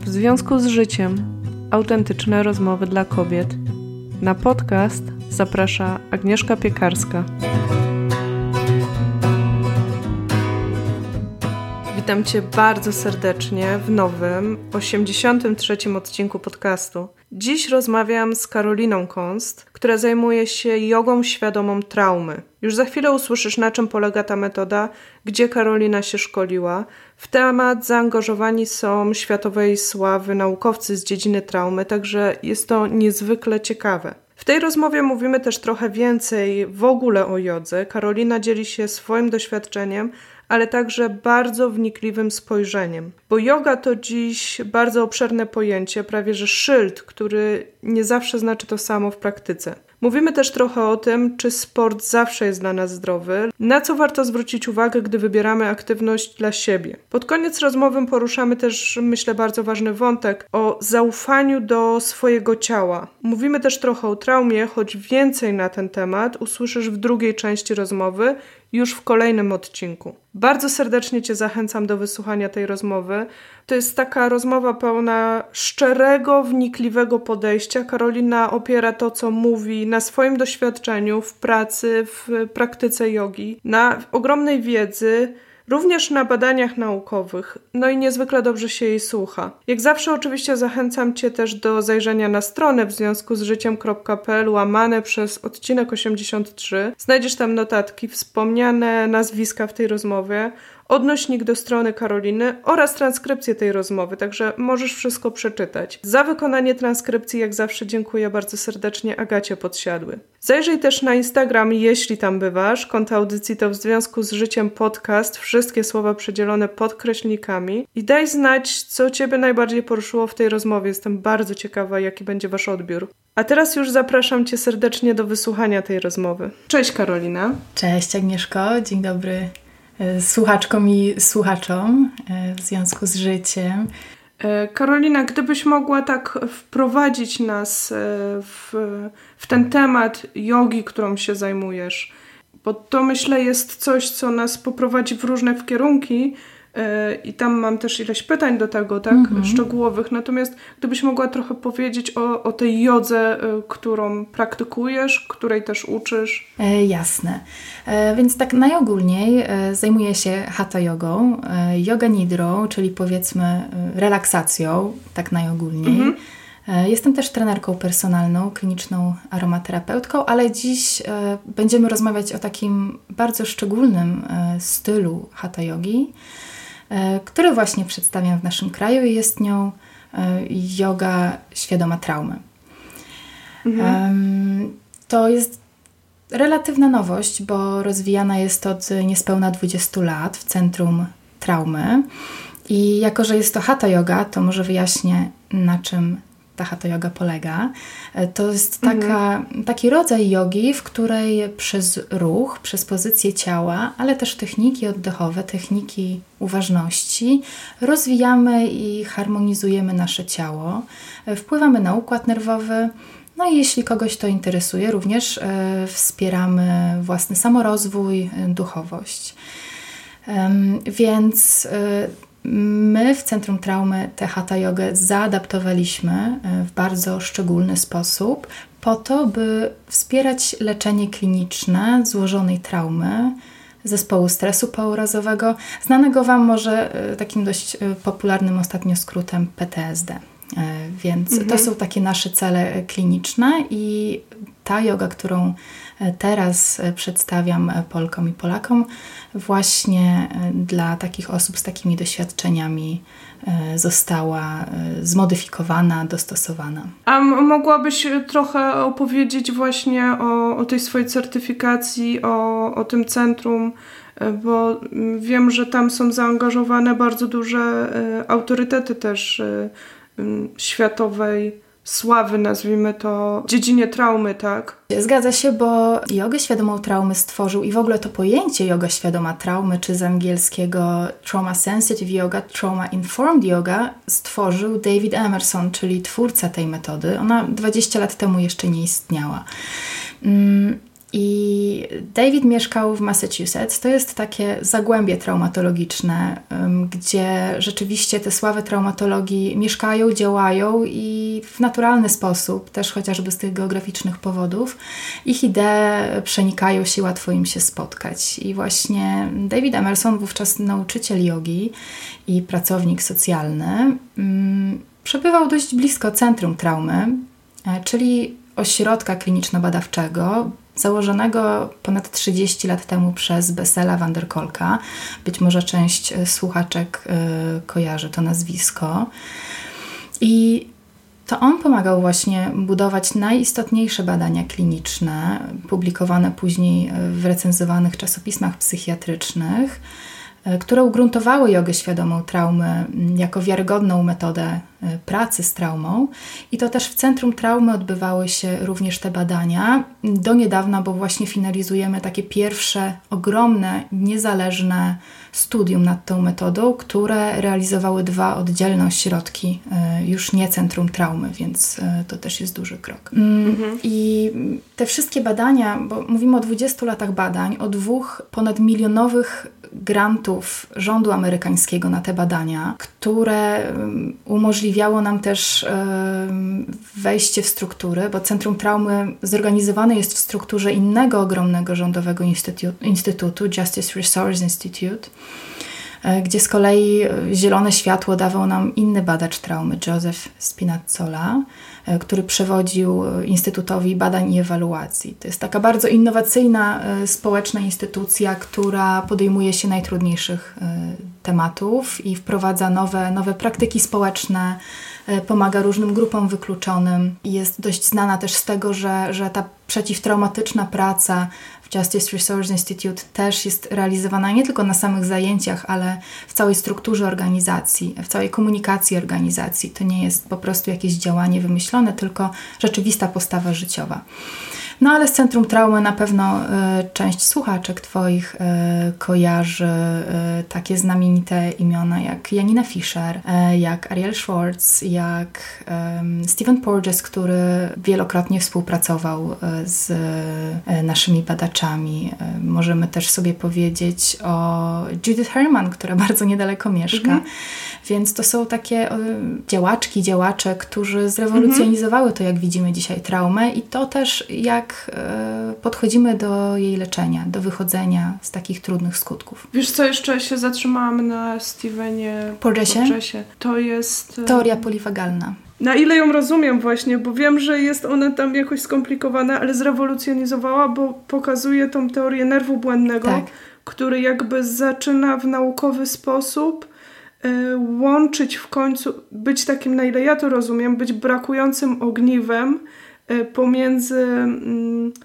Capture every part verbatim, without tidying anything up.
W związku z życiem. Autentyczne rozmowy dla kobiet. Na podcast zaprasza Agnieszka Piekarska. Witam Cię bardzo serdecznie w nowym, osiemdziesiątym trzecim odcinku podcastu. Dziś rozmawiam z Karoliną Konst, która zajmuje się jogą świadomą traumy. Już za chwilę usłyszysz, na czym polega ta metoda, gdzie Karolina się szkoliła. W temat zaangażowani są światowej sławy naukowcy z dziedziny traumy, także jest to niezwykle ciekawe. W tej rozmowie mówimy też trochę więcej w ogóle o jodze. Karolina dzieli się swoim doświadczeniem, ale także bardzo wnikliwym spojrzeniem. Bo joga to dziś bardzo obszerne pojęcie, prawie że szyld, który nie zawsze znaczy to samo w praktyce. Mówimy też trochę o tym, czy sport zawsze jest dla nas zdrowy, na co warto zwrócić uwagę, gdy wybieramy aktywność dla siebie. Pod koniec rozmowy poruszamy też, myślę, bardzo ważny wątek o zaufaniu do swojego ciała. Mówimy też trochę o traumie, choć więcej na ten temat usłyszysz w drugiej części rozmowy, już w kolejnym odcinku. Bardzo serdecznie Cię zachęcam do wysłuchania tej rozmowy. To jest taka rozmowa pełna szczerego, wnikliwego podejścia. Karolina opiera to, co mówi, na swoim doświadczeniu w pracy, w praktyce jogi, na ogromnej wiedzy, również na badaniach naukowych, no i niezwykle dobrze się jej słucha. Jak zawsze oczywiście zachęcam Cię też do zajrzenia na stronę w związku z życiem kropka pe el łamane przez odcinek osiemdziesiąt trzy. Znajdziesz tam notatki, wspomniane nazwiska w tej rozmowie, odnośnik do strony Karoliny oraz transkrypcję tej rozmowy, także możesz wszystko przeczytać. Za wykonanie transkrypcji jak zawsze dziękuję bardzo serdecznie Agacie Podsiadły. Zajrzyj też na Instagram, jeśli tam bywasz. Konto audycji to w związku z życiem podcast, wszystkie słowa przedzielone podkreślnikami i daj znać, co Ciebie najbardziej poruszyło w tej rozmowie. Jestem bardzo ciekawa, jaki będzie Wasz odbiór. A teraz już zapraszam Cię serdecznie do wysłuchania tej rozmowy. Cześć Karolina. Cześć Agnieszko, dzień dobry słuchaczkom i słuchaczom w związku z życiem. Karolina, gdybyś mogła tak wprowadzić nas w, w ten temat jogi, którą się zajmujesz, bo to myślę jest coś, co nas poprowadzi w różne kierunki i tam mam też ileś pytań do tego, tak, mm-hmm. szczegółowych, natomiast gdybyś mogła trochę powiedzieć o, o tej jodze, którą praktykujesz, której też uczysz. E, jasne. E, więc tak najogólniej e, zajmuję się hatha jogą, e, yoga nidrą, czyli powiedzmy relaksacją, tak najogólniej. Mm-hmm. E, jestem też trenerką personalną, kliniczną aromaterapeutką, ale dziś e, będziemy rozmawiać o takim bardzo szczególnym e, stylu hatha jogi, który właśnie przedstawiam w naszym kraju i jest nią joga świadoma traumy. Mhm. To jest relatywna nowość, bo rozwijana jest od niespełna dwudziestu lat w Centrum Traumy i jako, że jest to hatha yoga, to może wyjaśnię, na czym ta hatha yoga polega. To jest taka, mhm. taki rodzaj jogi, w której przez ruch, przez pozycję ciała, ale też techniki oddechowe, techniki uważności rozwijamy i harmonizujemy nasze ciało. Wpływamy na układ nerwowy. No i jeśli kogoś to interesuje, również e, wspieramy własny samorozwój, duchowość. E, więc e, My w Centrum Traumy tę hatha jogę zaadaptowaliśmy w bardzo szczególny sposób po to, by wspierać leczenie kliniczne złożonej traumy, zespołu stresu pourazowego, znanego Wam może takim dość popularnym ostatnio skrótem P T S D. Więc mhm. to są takie nasze cele kliniczne i ta joga, którą teraz przedstawiam Polkom i Polakom, właśnie dla takich osób z takimi doświadczeniami została zmodyfikowana, dostosowana. A m- mogłabyś trochę opowiedzieć właśnie o, o tej swojej certyfikacji, o, o tym centrum, bo wiem, że tam są zaangażowane bardzo duże autorytety też światowej sławy, nazwijmy to, w dziedzinie traumy, tak? Zgadza się, bo jogę świadomą traumy stworzył i w ogóle to pojęcie joga świadoma traumy, czy z angielskiego trauma sensitive yoga, trauma informed yoga stworzył David Emerson, czyli twórca tej metody. Ona dwadzieścia lat temu jeszcze nie istniała. I David mieszkał w Massachusetts. To jest takie zagłębie traumatologiczne, gdzie rzeczywiście te sławy traumatologii mieszkają, działają i w naturalny sposób, też chociażby z tych geograficznych powodów, ich idee przenikają się, łatwo im się spotkać. I właśnie David Emerson, wówczas nauczyciel jogi i pracownik socjalny, przebywał dość blisko centrum traumy, czyli ośrodka kliniczno-badawczego, założonego ponad trzydzieści lat temu przez Bessela van der Kolka. Być może część słuchaczek y, kojarzy to nazwisko. I to on pomagał właśnie budować najistotniejsze badania kliniczne, publikowane później w recenzowanych czasopismach psychiatrycznych, które ugruntowały jogę świadomą traumy jako wiarygodną metodę pracy z traumą. I to też w Centrum Traumy odbywały się również te badania. Do niedawna, bo właśnie finalizujemy takie pierwsze, ogromne, niezależne studium nad tą metodą, które realizowały dwa oddzielne ośrodki, już nie Centrum Traumy, więc to też jest duży krok. Mhm. I te wszystkie badania, bo mówimy o dwudziestu latach badań, o dwóch ponad milionowych grantów rządu amerykańskiego na te badania, które umożliwiało nam też wejście w struktury, bo Centrum Traumy zorganizowane jest w strukturze innego ogromnego rządowego instytu- instytutu, Justice Resource Institute, gdzie z kolei zielone światło dawał nam inny badacz traumy, Joseph Spinazzola, który przewodził Instytutowi Badań i Ewaluacji. To jest taka bardzo innowacyjna społeczna instytucja, która podejmuje się najtrudniejszych tematów i wprowadza nowe, nowe praktyki społeczne, pomaga różnym grupom wykluczonym i jest dość znana też z tego, że, że ta przeciwtraumatyczna praca w Justice Resource Institute też jest realizowana nie tylko na samych zajęciach, ale w całej strukturze organizacji, w całej komunikacji organizacji. To nie jest po prostu jakieś działanie wymyślone, tylko rzeczywista postawa życiowa. No ale z Centrum Traumy na pewno y, część słuchaczek Twoich y, kojarzy y, takie znamienite imiona jak Janina Fischer, y, jak Ariel Schwartz, jak y, Stephen Porges, który wielokrotnie współpracował y, z y, naszymi badaczami. Y, możemy też sobie powiedzieć o Judith Herman, która bardzo niedaleko mieszka. Mhm. Więc to są takie y, działaczki, działacze, którzy zrewolucjonizowały to, jak widzimy dzisiaj traumę i to też jak podchodzimy do jej leczenia, do wychodzenia z takich trudnych skutków. Wiesz co, jeszcze się zatrzymałam na Stephenie Porgesie. Porgesie. To jest... Teoria poliwagalna. Na ile ją rozumiem właśnie, bo wiem, że jest ona tam jakoś skomplikowana, ale zrewolucjonizowała, bo pokazuje tą teorię nerwu błędnego, tak. który jakby zaczyna w naukowy sposób y, łączyć w końcu, być takim, na ile ja to rozumiem, być brakującym ogniwem pomiędzy mm,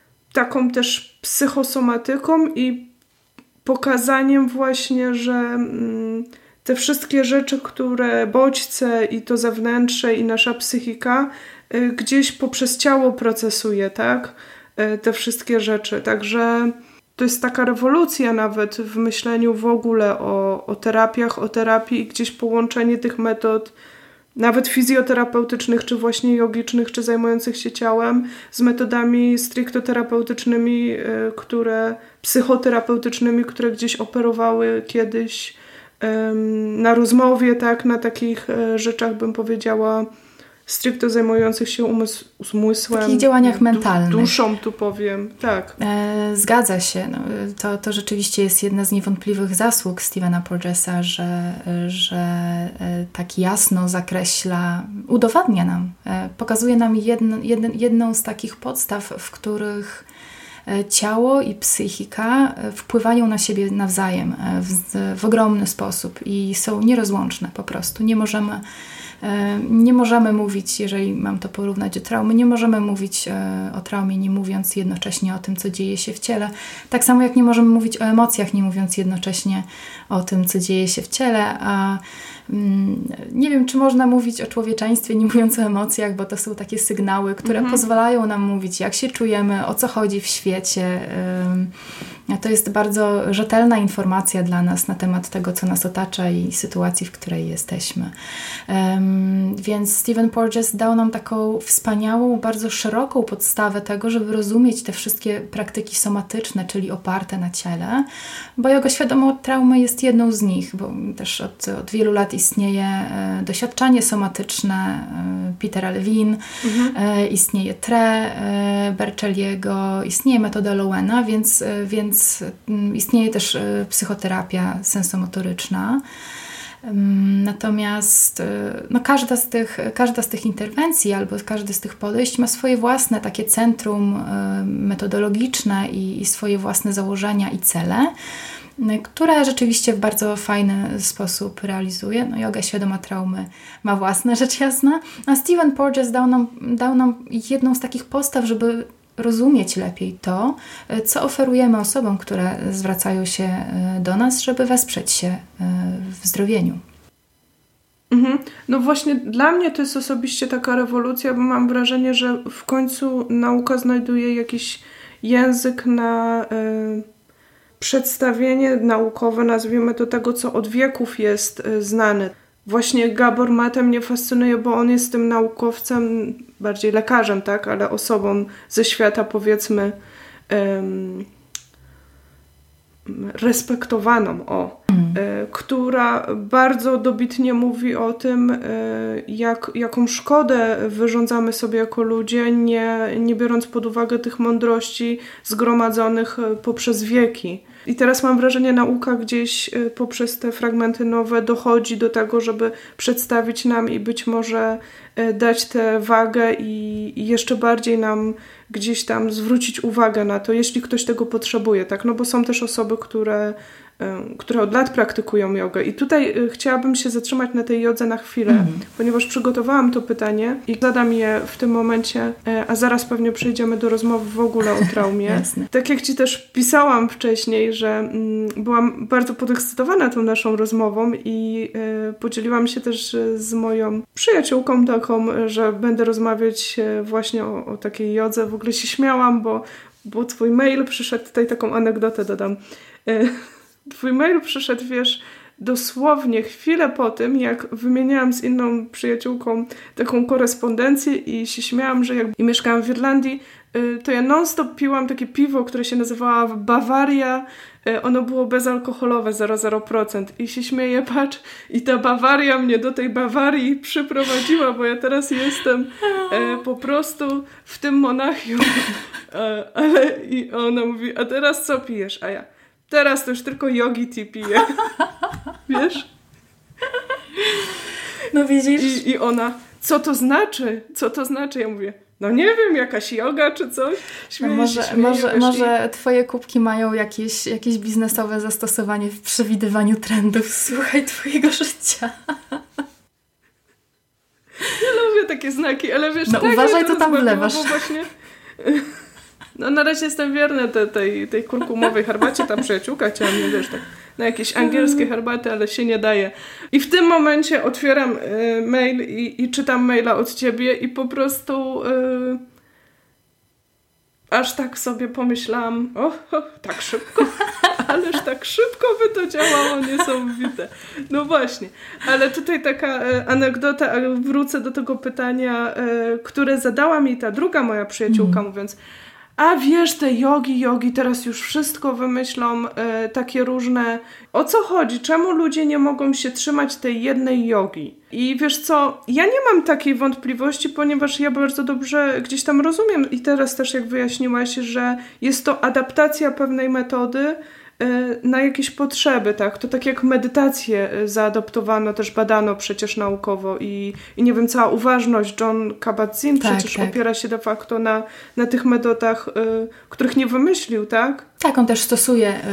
taką też psychosomatyką i pokazaniem właśnie, że mm, te wszystkie rzeczy, które bodźce i to zewnętrzne i nasza psychika y, gdzieś poprzez ciało procesuje, tak? Y, te wszystkie rzeczy. Także to jest taka rewolucja nawet w myśleniu w ogóle o, o terapiach, o terapii i gdzieś połączenie tych metod nawet fizjoterapeutycznych, czy właśnie jogicznych, czy zajmujących się ciałem, z metodami strictoterapeutycznymi, które, psychoterapeutycznymi, które gdzieś operowały kiedyś um, na rozmowie, tak, na takich rzeczach, bym powiedziała, stricte zajmujących się umysł, umysłem. W takich działaniach du- mentalnych. Duszą, tu powiem, tak. E, zgadza się. No, to, to rzeczywiście jest jedna z niewątpliwych zasług Stephena Porgesa, że, że tak jasno zakreśla, udowadnia nam, e, pokazuje nam jedno, jedno, jedną z takich podstaw, w których ciało i psychika wpływają na siebie nawzajem w, w ogromny sposób i są nierozłączne po prostu. Nie możemy Nie możemy mówić, jeżeli mam to porównać do traumy, nie możemy mówić o traumie, nie mówiąc jednocześnie o tym, co dzieje się w ciele. Tak samo jak nie możemy mówić o emocjach, nie mówiąc jednocześnie o tym, co dzieje się w ciele. A nie wiem, czy można mówić o człowieczeństwie, nie mówiąc o emocjach, bo to są takie sygnały, które mhm. pozwalają nam mówić, jak się czujemy, o co chodzi w świecie, To jest bardzo rzetelna informacja dla nas na temat tego, co nas otacza i sytuacji, w której jesteśmy. Um, więc Stephen Porges dał nam taką wspaniałą, bardzo szeroką podstawę tego, żeby rozumieć te wszystkie praktyki somatyczne, czyli oparte na ciele, bo joga świadoma traumy jest jedną z nich, bo też od, od wielu lat istnieje e, doświadczanie somatyczne e, Petera Levine, mhm. e, istnieje Tre e, Berceliego, istnieje metoda Lowena, więc, e, więc e, istnieje też e, psychoterapia sensomotoryczna. Natomiast no, każda, z tych, każda z tych interwencji albo każdy z tych podejść ma swoje własne takie centrum metodologiczne i, i swoje własne założenia i cele, które rzeczywiście w bardzo fajny sposób realizuje. No, joga świadoma traumy ma własne, rzecz jasna. A Stephen Porges dał nam, dał nam jedną z takich postaw, żeby rozumieć lepiej to, co oferujemy osobom, które zwracają się do nas, żeby wesprzeć się w zdrowieniu. Mhm. No właśnie dla mnie to jest osobiście taka rewolucja, bo mam wrażenie, że w końcu nauka znajduje jakiś język na y, przedstawienie naukowe, nazwijmy to tego, co od wieków jest y, znane. Właśnie Gabor Mate mnie fascynuje, bo on jest tym naukowcem, bardziej lekarzem, tak, ale osobą ze świata, powiedzmy, um, respektowaną, o, mm. y, która bardzo dobitnie mówi o tym, y, jak, jaką szkodę wyrządzamy sobie jako ludzie, nie, nie biorąc pod uwagę tych mądrości zgromadzonych poprzez wieki. I teraz mam wrażenie, nauka gdzieś poprzez te fragmenty nowe dochodzi do tego, żeby przedstawić nam i być może dać tę wagę i, i jeszcze bardziej nam gdzieś tam zwrócić uwagę na to, jeśli ktoś tego potrzebuje, tak? No bo są też osoby, które, które od lat praktykują jogę. I tutaj chciałabym się zatrzymać na tej jodze na chwilę, mm. ponieważ przygotowałam to pytanie i zadam je w tym momencie, a zaraz pewnie przejdziemy do rozmowy w ogóle o traumie. Jasne. Tak jak Ci też pisałam wcześniej, że mm, byłam bardzo podekscytowana tą naszą rozmową i y, podzieliłam się też z moją przyjaciółką taką, że będę rozmawiać właśnie o, o takiej jodze. W ogóle się śmiałam, bo, bo Twój mail przyszedł, tutaj taką anegdotę dodam, y, Twój mail przyszedł, wiesz, dosłownie chwilę po tym, jak wymieniałam z inną przyjaciółką taką korespondencję i się śmiałam, że jak i mieszkałam w Irlandii, to ja non-stop piłam takie piwo, które się nazywało Bawaria. Ono było bezalkoholowe, zero przecinek zero procent. I się śmieję, patrz, i ta Bawaria mnie do tej Bawarii przyprowadziła, bo ja teraz jestem e, po prostu w tym Monachium. E, ale i ona mówi, a teraz co pijesz? A ja, teraz to już tylko Yogi Tea piję. Wiesz? No widzisz? I, I ona, co to znaczy? Co to znaczy? Ja mówię, no nie wiem, jakaś joga czy coś. Śmieję no może się, śmieję, może, wiesz, może i... Twoje kubki mają jakieś, jakieś biznesowe zastosowanie w przewidywaniu trendów. Słuchaj, Twojego życia. Ja lubię takie znaki, ale wiesz... No tak, uważaj, co tam wlewasz. Bo właśnie... No na razie jestem wierna tej, tej, tej kurkumowej herbacie, ta przyjaciółka chciała mnie, wiesz, tak, na jakieś angielskie herbaty, ale się nie daje. I w tym momencie otwieram y, mail i, i czytam maila od Ciebie i po prostu y, aż tak sobie pomyślałam, o, o tak szybko, ależ tak szybko by to działało, niesamowite. No właśnie, ale tutaj taka y, anegdota, ale wrócę do tego pytania, y, które zadała mi ta druga moja przyjaciółka, mm. mówiąc, a wiesz, te jogi, jogi teraz już wszystko wymyślą, e, takie różne. O co chodzi? Czemu ludzie nie mogą się trzymać tej jednej jogi? I wiesz co, ja nie mam takiej wątpliwości, ponieważ ja bardzo dobrze gdzieś tam rozumiem i teraz też jak wyjaśniłaś, że jest to adaptacja pewnej metody na jakieś potrzeby, tak? To tak jak medytację zaadoptowano, też badano przecież naukowo i, i nie wiem, cała uważność, John Kabat-Zinn tak, przecież tak. opiera się de facto na, na tych metodach, y, których nie wymyślił, tak? Tak, on też stosuje y,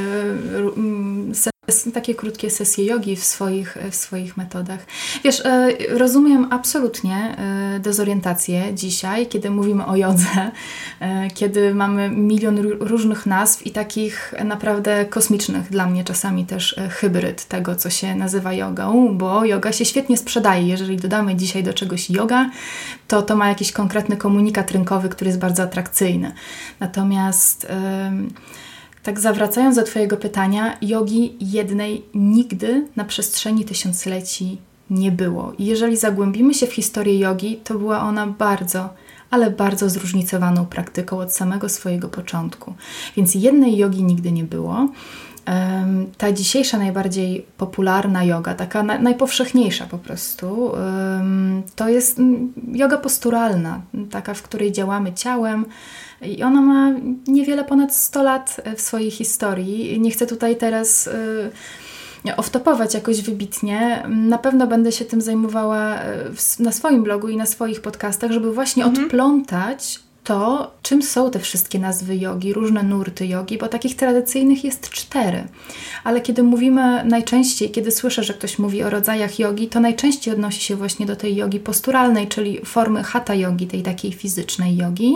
y, takie krótkie sesje jogi w swoich, w swoich metodach. Wiesz, y, rozumiem absolutnie y, dezorientację dzisiaj, kiedy mówimy o jodze, y, kiedy mamy milion r- różnych nazw i takich naprawdę kosmicznych dla mnie czasami też y, hybryd tego, co się nazywa jogą, bo joga się świetnie sprzedaje. Jeżeli dodamy dzisiaj do czegoś yoga, to to ma jakiś konkretny komunikat rynkowy, który jest bardzo atrakcyjny. Natomiast y, tak zawracając do Twojego pytania, jogi jednej nigdy na przestrzeni tysiącleci nie było. I jeżeli zagłębimy się w historię jogi, to była ona bardzo, ale bardzo zróżnicowaną praktyką od samego swojego początku. Więc jednej jogi nigdy nie było. Ta dzisiejsza najbardziej popularna joga, taka na, najpowszechniejsza po prostu, to jest joga posturalna, taka, w której działamy ciałem i ona ma niewiele ponad sto lat w swojej historii. Nie chcę tutaj teraz off-topować jakoś wybitnie. Na pewno będę się tym zajmowała na swoim blogu i na swoich podcastach, żeby właśnie mhm. odplątać to, czym są te wszystkie nazwy jogi, różne nurty jogi, bo takich tradycyjnych jest cztery. Ale kiedy mówimy najczęściej, kiedy słyszę, że ktoś mówi o rodzajach jogi, to najczęściej odnosi się właśnie do tej jogi posturalnej, czyli formy hatha jogi, tej takiej fizycznej jogi,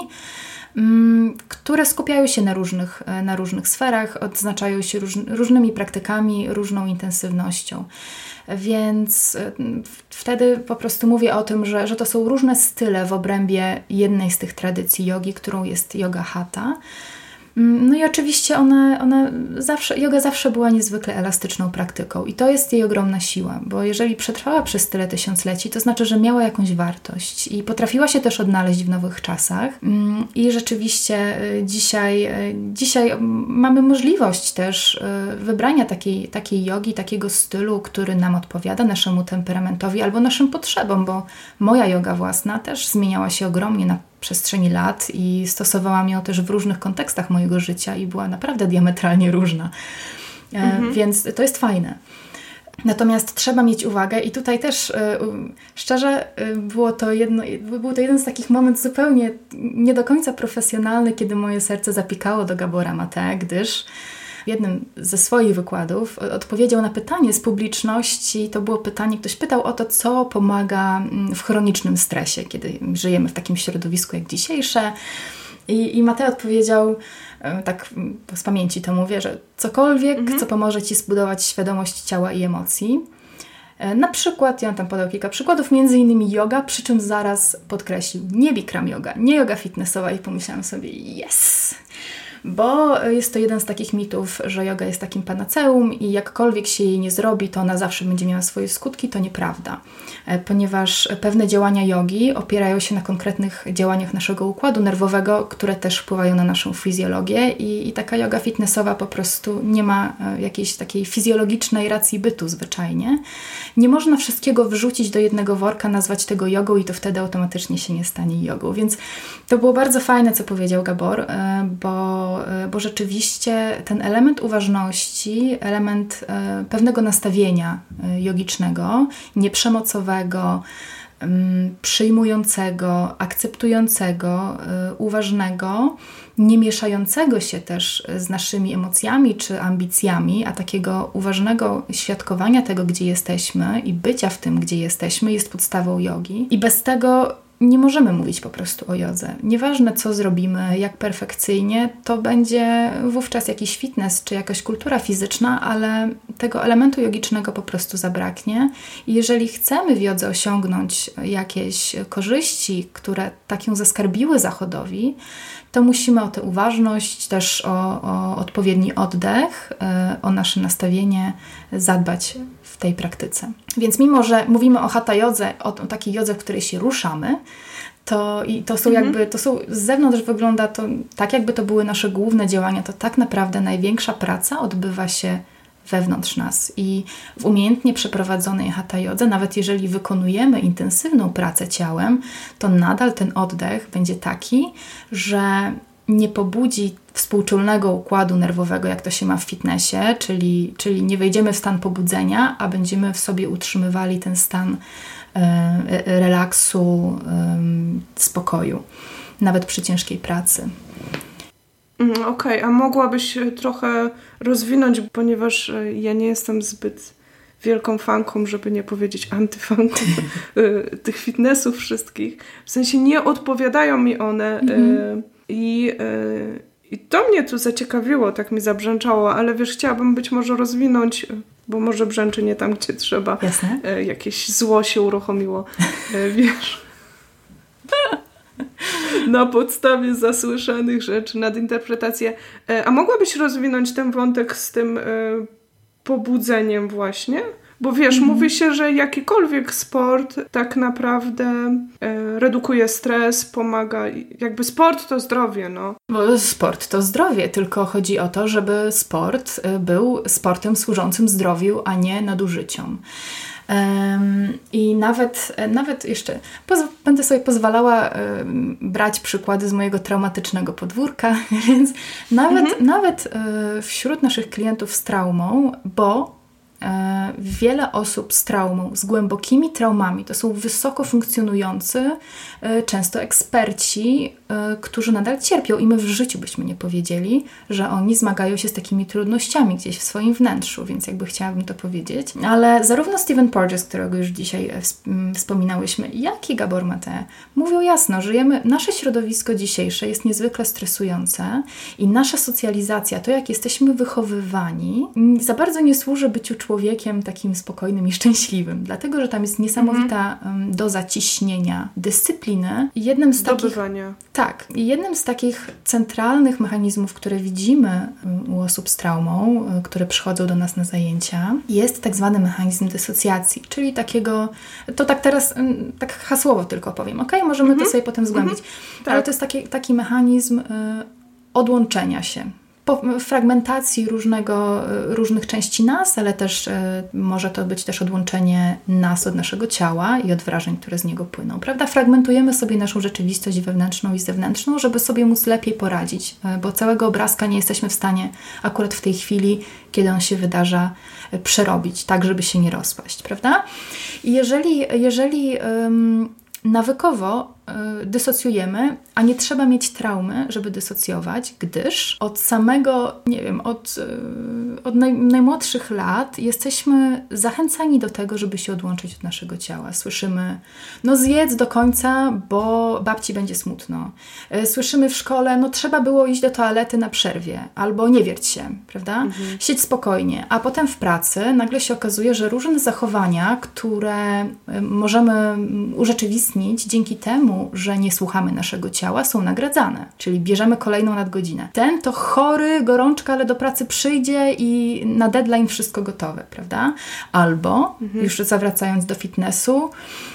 które skupiają się na różnych, na różnych sferach, odznaczają się róż, różnymi praktykami, różną intensywnością. Więc wtedy po prostu mówię o tym, że, że to są różne style w obrębie jednej z tych tradycji jogi, którą jest yoga hatha. No i oczywiście one, one zawsze, yoga zawsze była niezwykle elastyczną praktyką i to jest jej ogromna siła, bo jeżeli przetrwała przez tyle tysiącleci, to znaczy, że miała jakąś wartość i potrafiła się też odnaleźć w nowych czasach i rzeczywiście dzisiaj, dzisiaj mamy możliwość też wybrania takiej, takiej jogi, takiego stylu, który nam odpowiada, naszemu temperamentowi albo naszym potrzebom, bo moja joga własna też zmieniała się ogromnie na przestrzeni lat i stosowałam ją też w różnych kontekstach mojego życia i była naprawdę diametralnie różna. Mhm. Więc to jest fajne. Natomiast trzeba mieć uwagę i tutaj też szczerze było to jedno, był to jeden z takich momentów zupełnie nie do końca profesjonalny, kiedy moje serce zapikało do Gabora Mate, gdyż w jednym ze swoich wykładów odpowiedział na pytanie z publiczności. To było pytanie, ktoś pytał o to, co pomaga w chronicznym stresie, kiedy żyjemy w takim środowisku jak dzisiejsze. I, i Mateo odpowiedział, tak z pamięci to mówię, że cokolwiek, mhm. co pomoże Ci zbudować świadomość ciała i emocji. Na przykład, ja on tam podał kilka przykładów, między innymi yoga, przy czym zaraz podkreślił, nie Bikram yoga, nie yoga fitnessowa i pomyślałam sobie, yes! Bo jest to jeden z takich mitów, że joga jest takim panaceum i jakkolwiek się jej nie zrobi, to ona zawsze będzie miała swoje skutki. To nieprawda, ponieważ pewne działania jogi opierają się na konkretnych działaniach naszego układu nerwowego, które też wpływają na naszą fizjologię i, i taka joga fitnessowa po prostu nie ma jakiejś takiej fizjologicznej racji bytu zwyczajnie. Nie można wszystkiego wrzucić do jednego worka, nazwać tego jogą i to wtedy automatycznie się nie stanie jogą. Więc to było bardzo fajne, co powiedział Gabor, bo bo rzeczywiście ten element uważności, element e, pewnego nastawienia e, jogicznego, nieprzemocowego, m, przyjmującego, akceptującego, e, uważnego, nie mieszającego się też z naszymi emocjami czy ambicjami, a takiego uważnego świadkowania tego, gdzie jesteśmy i bycia w tym, gdzie jesteśmy, jest podstawą jogi. I bez tego nie możemy mówić po prostu o jodze. Nieważne, co zrobimy, jak perfekcyjnie, to będzie wówczas jakiś fitness czy jakaś kultura fizyczna, ale tego elementu jogicznego po prostu zabraknie. I jeżeli chcemy w jodze osiągnąć jakieś korzyści, które tak ją zaskarbiły zachodowi, to musimy o tę uważność, też o, o odpowiedni oddech, o nasze nastawienie zadbać w tej praktyce. Więc mimo, że mówimy o hatha jodze, o, o takiej jodze, w której się ruszamy, to, i to są mhm. jakby, to są z zewnątrz wygląda to tak, jakby to były nasze główne działania, to tak naprawdę największa praca odbywa się wewnątrz nas i w umiejętnie przeprowadzonej hatha jodze, nawet jeżeli wykonujemy intensywną pracę ciałem, to nadal ten oddech będzie taki, że nie pobudzi współczulnego układu nerwowego, jak to się ma w fitnessie, czyli, czyli nie wejdziemy w stan pobudzenia, a będziemy w sobie utrzymywali ten stan e, relaksu, e, spokoju, nawet przy ciężkiej pracy. Okej, okay, a mogłabyś trochę rozwinąć, ponieważ ja nie jestem zbyt wielką fanką, żeby nie powiedzieć antyfanką tych fitnessów wszystkich. W sensie nie odpowiadają mi one mm-hmm. i, i to mnie tu zaciekawiło, tak mi zabrzęczało, ale wiesz, chciałabym być może rozwinąć, bo może brzęczy nie tam, gdzie trzeba. Jasne. Jakieś zło się uruchomiło, wiesz. na podstawie zasłyszanych rzeczy, nadinterpretację. A mogłabyś rozwinąć ten wątek z tym y, pobudzeniem właśnie? Bo wiesz, mhm. mówi się, że jakikolwiek sport tak naprawdę y, redukuje stres, pomaga, jakby sport to zdrowie, no. Bo sport to zdrowie, tylko chodzi o to, żeby sport był sportem służącym zdrowiu, a nie nadużyciom. Um, I nawet, nawet jeszcze poz- będę sobie pozwalała um, brać przykłady z mojego traumatycznego podwórka, więc nawet, mhm. nawet um, wśród naszych klientów z traumą, bo wiele osób z traumą, z głębokimi traumami, to są wysoko funkcjonujący, często eksperci, którzy nadal cierpią i my w życiu byśmy nie powiedzieli, że oni zmagają się z takimi trudnościami gdzieś w swoim wnętrzu, więc jakby chciałabym to powiedzieć. Ale zarówno Stephen Porges, którego już dzisiaj wspominałyśmy, jak i Gabor Mate mówią jasno, żyjemy, nasze środowisko dzisiejsze jest niezwykle stresujące i nasza socjalizacja, to jak jesteśmy wychowywani, za bardzo nie służy byciu człowiekiem człowiekiem takim spokojnym i szczęśliwym, dlatego, że tam jest niesamowita mm. doza ciśnienia, dyscypliny. I jednym z takich, tak, i jednym z takich centralnych mechanizmów, które widzimy u osób z traumą, które przychodzą do nas na zajęcia, jest tak zwany mechanizm dysocjacji, czyli takiego, to tak teraz, tak hasłowo tylko powiem, ok, możemy mm-hmm. to sobie potem zgłębić, mm-hmm. ale tak. to jest taki, taki mechanizm y, odłączenia się. Po fragmentacji różnego, różnych części nas, ale też e, może to być też odłączenie nas od naszego ciała i od wrażeń, które z niego płyną. Prawda? Fragmentujemy sobie naszą rzeczywistość wewnętrzną i zewnętrzną, żeby sobie móc lepiej poradzić, e, bo całego obrazka nie jesteśmy w stanie akurat w tej chwili, kiedy on się wydarza, e, przerobić, tak żeby się nie rozpaść. Prawda? I jeżeli, jeżeli ym, nawykowo y, dysocjujemy, a nie trzeba mieć traumy, żeby dysocjować, gdyż od samego, nie wiem, od, y, od naj, najmłodszych lat jesteśmy zachęcani do tego, żeby się odłączyć od naszego ciała. Słyszymy, no zjedz do końca, bo babci będzie smutno. Y, słyszymy w szkole, no trzeba było iść do toalety na przerwie, albo nie wierć się, prawda? Mhm. Siedź spokojnie. A potem w pracy nagle się okazuje, że różne zachowania, które y, możemy urzeczywistnić dzięki temu, że nie słuchamy naszego ciała, są nagradzane. Czyli bierzemy kolejną nadgodzinę. Ten to chory, gorączka, ale do pracy przyjdzie i na deadline wszystko gotowe, prawda? Albo, mhm. już zawracając do fitnessu,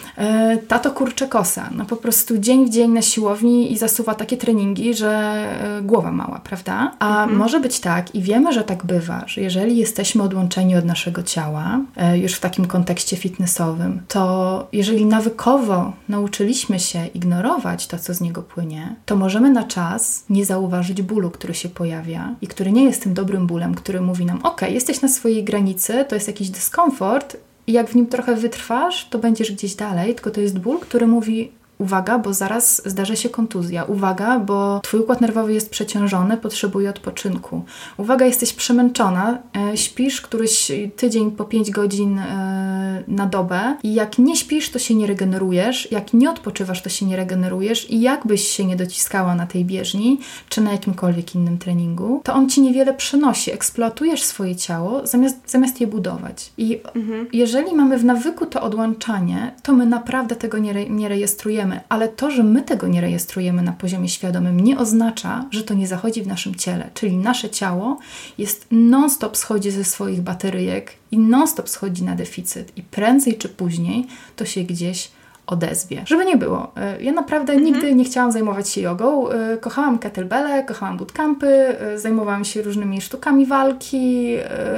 tato kurcze kosa. No po prostu dzień w dzień na siłowni i zasuwa takie treningi, że głowa mała, prawda? A mhm. może być tak i wiemy, że tak bywa, że jeżeli jesteśmy odłączeni od naszego ciała, już w takim kontekście fitnessowym, to jeżeli nawykowo nauczyliśmy się ignorować to, co z niego płynie, to możemy na czas nie zauważyć bólu, który się pojawia i który nie jest tym dobrym bólem, który mówi nam, ok, jesteś na swojej granicy, to jest jakiś dyskomfort, i jak w nim trochę wytrwasz, to będziesz gdzieś dalej, tylko to jest ból, który mówi uwaga, bo zaraz zdarzy się kontuzja. Uwaga, bo twój układ nerwowy jest przeciążony, potrzebuje odpoczynku. Uwaga, jesteś przemęczona, e, śpisz któryś tydzień po pięć godzin e, na dobę i jak nie śpisz, to się nie regenerujesz, jak nie odpoczywasz, to się nie regenerujesz i jakbyś się nie dociskała na tej bieżni, czy na jakimkolwiek innym treningu, to on ci niewiele przynosi. Eksploatujesz swoje ciało, zamiast, zamiast je budować. I mhm. jeżeli mamy w nawyku to odłączanie, to my naprawdę tego nie, re, nie rejestrujemy. Ale to, że my tego nie rejestrujemy na poziomie świadomym, nie oznacza, że to nie zachodzi w naszym ciele. Czyli nasze ciało jest non-stop schodzi ze swoich bateryjek i non-stop schodzi na deficyt. I prędzej czy później to się gdzieś odezwie. Żeby nie było. Ja naprawdę mhm. nigdy nie chciałam zajmować się jogą. Kochałam kettlebelle, kochałam bootcampy, zajmowałam się różnymi sztukami walki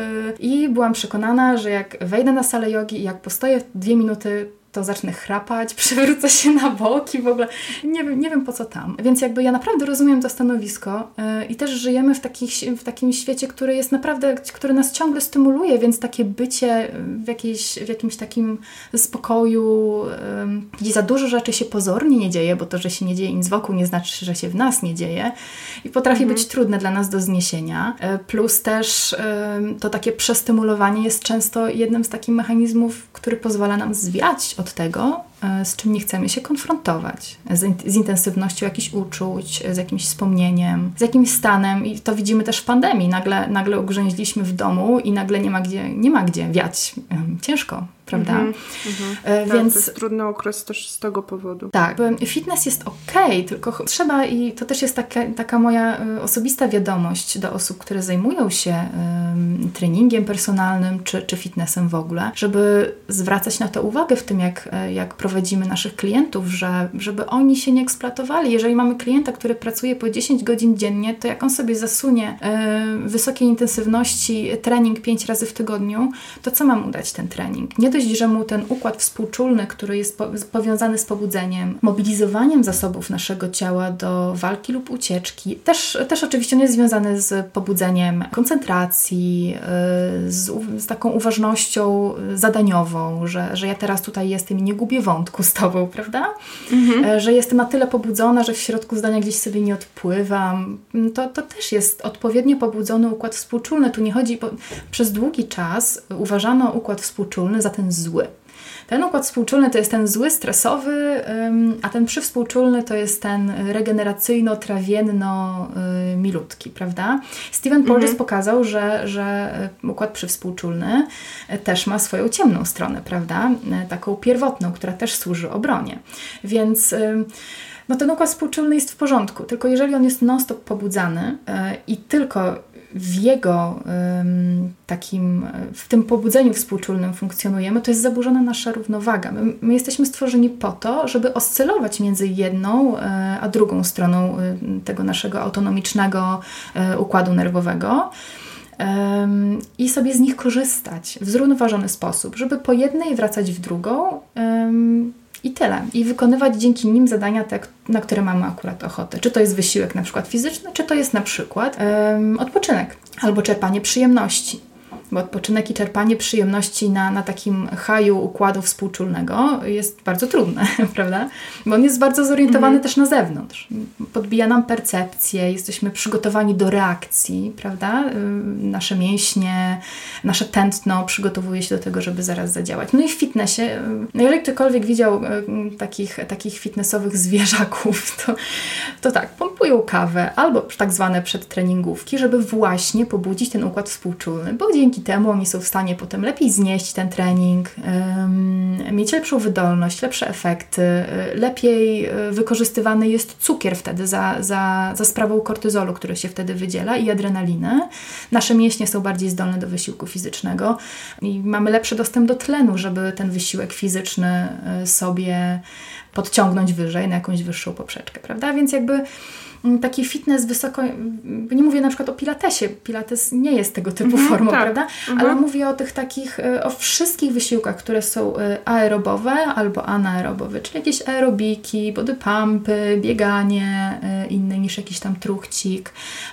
i byłam przekonana, że jak wejdę na salę jogi i jak postoję dwie minuty, to zacznę chrapać, przewrócę się na boki, w ogóle nie wiem, nie wiem po co tam. Więc jakby ja naprawdę rozumiem to stanowisko yy, i też żyjemy w, takich, w takim świecie, który jest naprawdę, który nas ciągle stymuluje, więc takie bycie w, jakiejś, w jakimś takim spokoju, yy, gdzie za dużo rzeczy się pozornie nie dzieje, bo to, że się nie dzieje nic wokół, nie znaczy, że się w nas nie dzieje i potrafi mhm. być trudne dla nas do zniesienia. Yy, plus też yy, to takie przestymulowanie jest często jednym z takich mechanizmów, który pozwala nam zwiać od tego, z czym nie chcemy się konfrontować. Z, z intensywnością jakichś uczuć, z jakimś wspomnieniem, z jakimś stanem i to widzimy też w pandemii. Nagle, nagle ugrzęźliśmy w domu i nagle nie ma gdzie, nie ma gdzie wiać. Ciężko, prawda? Mhm, mhm. E, tak, więc to jest trudny okres też z tego powodu. Tak, fitness jest okej, tylko trzeba i to też jest taka, taka moja osobista wiadomość do osób, które zajmują się um, treningiem personalnym czy, czy fitnessem w ogóle, żeby zwracać na to uwagę w tym, jak, jak prowadzimy naszych klientów, że, żeby oni się nie eksploatowali. Jeżeli mamy klienta, który pracuje po dziesięć godzin dziennie, to jak on sobie zasunie y, wysokiej intensywności trening pięć razy w tygodniu, to co ma mu dać ten trening? Nie dość, że mu ten układ współczulny, który jest po, powiązany z pobudzeniem, mobilizowaniem zasobów naszego ciała do walki lub ucieczki, też, też oczywiście on jest związany z pobudzeniem koncentracji, yy, z, z taką uważnością zadaniową, że, że ja teraz tutaj jestem i nie gubię wątku z tobą, prawda? Mhm. Yy, że jestem na tyle pobudzona, że w środku zdania gdzieś sobie nie odpływam. To, to też jest odpowiednio pobudzony układ współczulny. Tu nie chodzi, bo przez długi czas uważano układ współczulny za ten zły. Ten układ współczulny to jest ten zły, stresowy, a ten przywspółczulny to jest ten regeneracyjno-trawienno-milutki, prawda? Stephen Porges mhm. pokazał, że, że układ przywspółczulny też ma swoją ciemną stronę, prawda? Taką pierwotną, która też służy obronie. Więc no, ten układ współczulny jest w porządku, tylko jeżeli on jest non-stop pobudzany i tylko w jego um, takim, w tym pobudzeniu współczulnym funkcjonujemy, to jest zaburzona nasza równowaga. My, my jesteśmy stworzeni po to, żeby oscylować między jedną e, a drugą stroną e, tego naszego autonomicznego e, układu nerwowego e, i sobie z nich korzystać w zrównoważony sposób, żeby po jednej wracać w drugą e, i tyle. I wykonywać dzięki nim zadania te, na które mamy akurat ochotę. Czy to jest wysiłek na przykład fizyczny, czy to jest na przykład um, odpoczynek albo czerpanie przyjemności. Bo odpoczynek i czerpanie przyjemności na, na takim haju układu współczulnego jest bardzo trudne, prawda? Bo on jest bardzo zorientowany mhm. też na zewnątrz. Podbija nam percepcję, jesteśmy przygotowani do reakcji, prawda? Nasze mięśnie, nasze tętno przygotowuje się do tego, żeby zaraz zadziałać. No i w fitnessie, no jeżeli ktokolwiek widział takich, takich fitnessowych zwierzaków, to, to tak, pompują kawę albo tak zwane przedtreningówki, żeby właśnie pobudzić ten układ współczulny, bo dzięki temu oni są w stanie potem lepiej znieść ten trening, um, mieć lepszą wydolność, lepsze efekty, lepiej wykorzystywany jest cukier wtedy za, za, za sprawą kortyzolu, który się wtedy wydziela i adrenaliny. Nasze mięśnie są bardziej zdolne do wysiłku fizycznego i mamy lepszy dostęp do tlenu, żeby ten wysiłek fizyczny sobie podciągnąć wyżej na jakąś wyższą poprzeczkę, prawda? Więc jakby taki fitness wysoko, nie mówię na przykład o pilatesie, pilates nie jest tego typu mm-hmm, formą, tak. prawda? Mm-hmm. Ale mówię o tych takich, o wszystkich wysiłkach, które są aerobowe albo anaerobowe, czyli jakieś aerobiki, body pumpy, bieganie inne niż jakiś tam truchcik,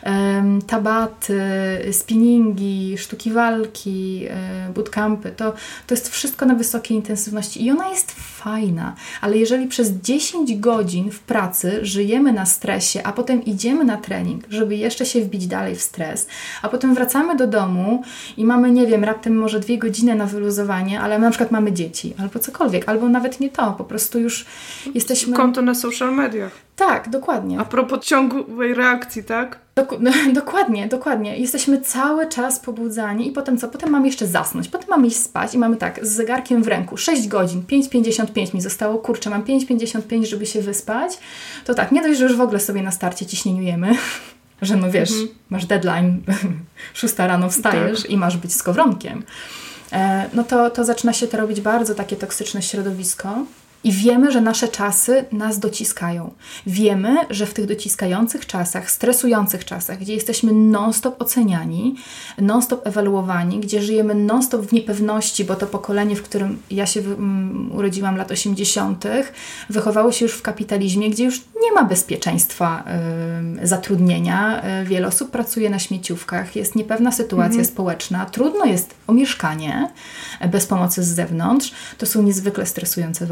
tabaty, spinningi, sztuki walki, bootcampy, to, to jest wszystko na wysokiej intensywności i ona jest fajna, ale jeżeli przez dziesięć godzin w pracy żyjemy na stresie, a potem idziemy na trening, żeby jeszcze się wbić dalej w stres, a potem wracamy do domu i mamy, nie wiem, raptem może dwie godziny na wyluzowanie, ale na przykład mamy dzieci, albo cokolwiek, albo nawet nie to, po prostu już jesteśmy... Konto na social mediach. Tak, dokładnie. A propos ciągłej reakcji, tak? Dok- no, dokładnie, dokładnie. Jesteśmy cały czas pobudzani i potem co? Potem mamy jeszcze zasnąć, potem mamy iść spać i mamy tak, z zegarkiem w ręku, sześć godzin, pięć pięćdziesiąt pięć mi zostało, kurczę, mam pięć pięćdziesiąt pięć, żeby się wyspać, to tak, nie dość, że już w ogóle sobie na starcie ciśnieniujemy, że no wiesz, mhm. masz deadline, szósta rano wstajesz tak. i masz być skowronkiem, e, no to, to zaczyna się to robić bardzo takie toksyczne środowisko. I wiemy, że nasze czasy nas dociskają. Wiemy, że w tych dociskających czasach, stresujących czasach, gdzie jesteśmy non-stop oceniani, non-stop ewaluowani, gdzie żyjemy non-stop w niepewności, bo to pokolenie, w którym ja się um, urodziłam lat osiemdziesiątych, wychowało się już w kapitalizmie, gdzie już nie ma bezpieczeństwa um, zatrudnienia. Wiele osób pracuje na śmieciówkach, jest niepewna sytuacja mhm. społeczna, trudno jest o mieszkanie bez pomocy z zewnątrz. To są niezwykle stresujące warunki.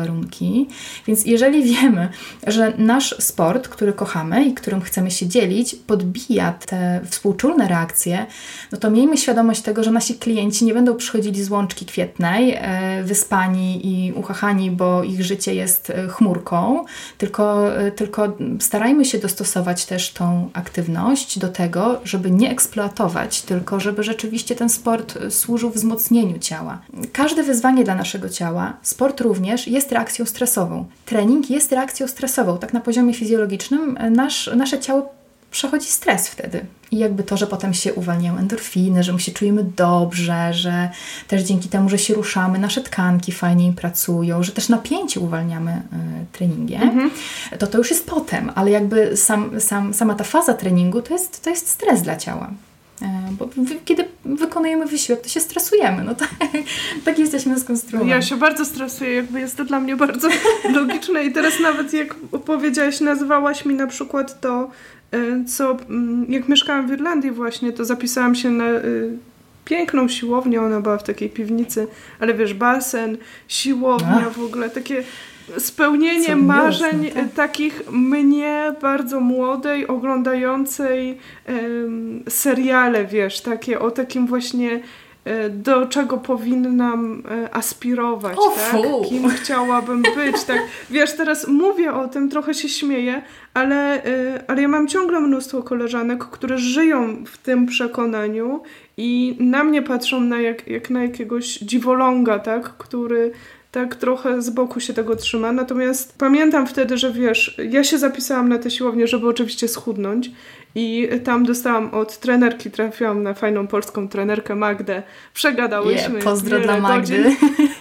treningi. Więc jeżeli wiemy, że nasz sport, który kochamy i którym chcemy się dzielić, podbija te współczulne reakcje, no to miejmy świadomość tego, że nasi klienci nie będą przychodzili z Łączki Kwietnej, wyspani i uchachani, bo ich życie jest chmurką, tylko, tylko starajmy się dostosować też tą aktywność do tego, żeby nie eksploatować, tylko żeby rzeczywiście ten sport służył wzmocnieniu ciała. Każde wyzwanie dla naszego ciała, sport również, jest reakcją stresową. Trening jest reakcją stresową. Tak na poziomie fizjologicznym nasz, nasze ciało przechodzi stres wtedy. I jakby to, że potem się uwalniają endorfiny, że my się czujemy dobrze, że też dzięki temu, że się ruszamy, nasze tkanki fajniej pracują, że też napięcie uwalniamy y, treningiem, mhm. to to już jest potem, ale jakby sam, sam, sama ta faza treningu to jest, to jest stres dla ciała. Bo kiedy wykonujemy wysiłek, to się stresujemy. No tak, tak jesteśmy skonstruowani. Ja się bardzo stresuję, jakby jest to dla mnie bardzo logiczne i teraz nawet jak powiedziałaś, nazwałaś mi na przykład to, co jak mieszkałam w Irlandii właśnie, to zapisałam się na piękną siłownię, ona była w takiej piwnicy, ale wiesz, basen, siłownia, w ogóle takie spełnienie Co marzeń miłosne, tak? takich mnie bardzo młodej, oglądającej um, seriale, wiesz, takie o takim właśnie do czego powinnam aspirować, o, tak? Kim chciałabym być, tak? Wiesz, teraz mówię o tym, trochę się śmieję, ale, ale ja mam ciągle mnóstwo koleżanek, które żyją w tym przekonaniu i na mnie patrzą na jak, jak na jakiegoś dziwoląga, tak? Który tak trochę z boku się tego trzyma. Natomiast pamiętam wtedy, że wiesz, ja się zapisałam na tę siłownię, żeby oczywiście schudnąć i tam dostałam od trenerki, trafiłam na fajną polską trenerkę Magdę. Przegadałyśmy. Yeah, pozdro dla Magdy.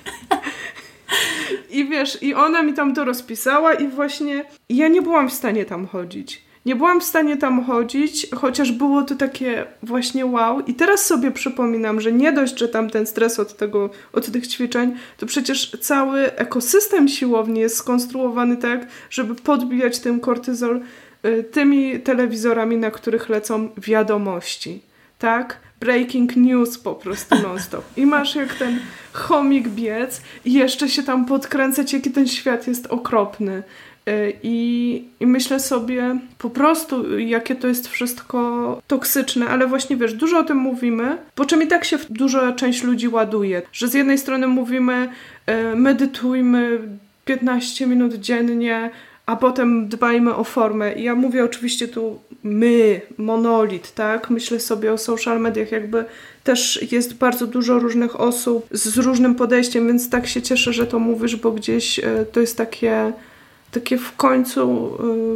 I wiesz, i ona mi tam to rozpisała i właśnie ja nie byłam w stanie tam chodzić. Nie byłam w stanie tam chodzić, chociaż było to takie właśnie wow. I teraz sobie przypominam, że nie dość, że tam ten stres od tego, od tych ćwiczeń, to przecież cały ekosystem siłowni jest skonstruowany tak, żeby podbijać ten kortyzol y, tymi telewizorami, na których lecą wiadomości. Tak? Breaking news po prostu non-stop. I masz jak ten chomik biec i jeszcze się tam podkręcać, jaki ten świat jest okropny. I, I myślę sobie po prostu, jakie to jest wszystko toksyczne, ale właśnie wiesz, dużo o tym mówimy, po czym i tak się duża część ludzi ładuje, że z jednej strony mówimy medytujmy piętnaście minut dziennie, a potem dbajmy o formę. I ja mówię oczywiście tu my, monolit, tak? Myślę sobie o social mediach, jakby też jest bardzo dużo różnych osób z różnym podejściem, więc tak się cieszę, że to mówisz, bo gdzieś to jest takie takie w końcu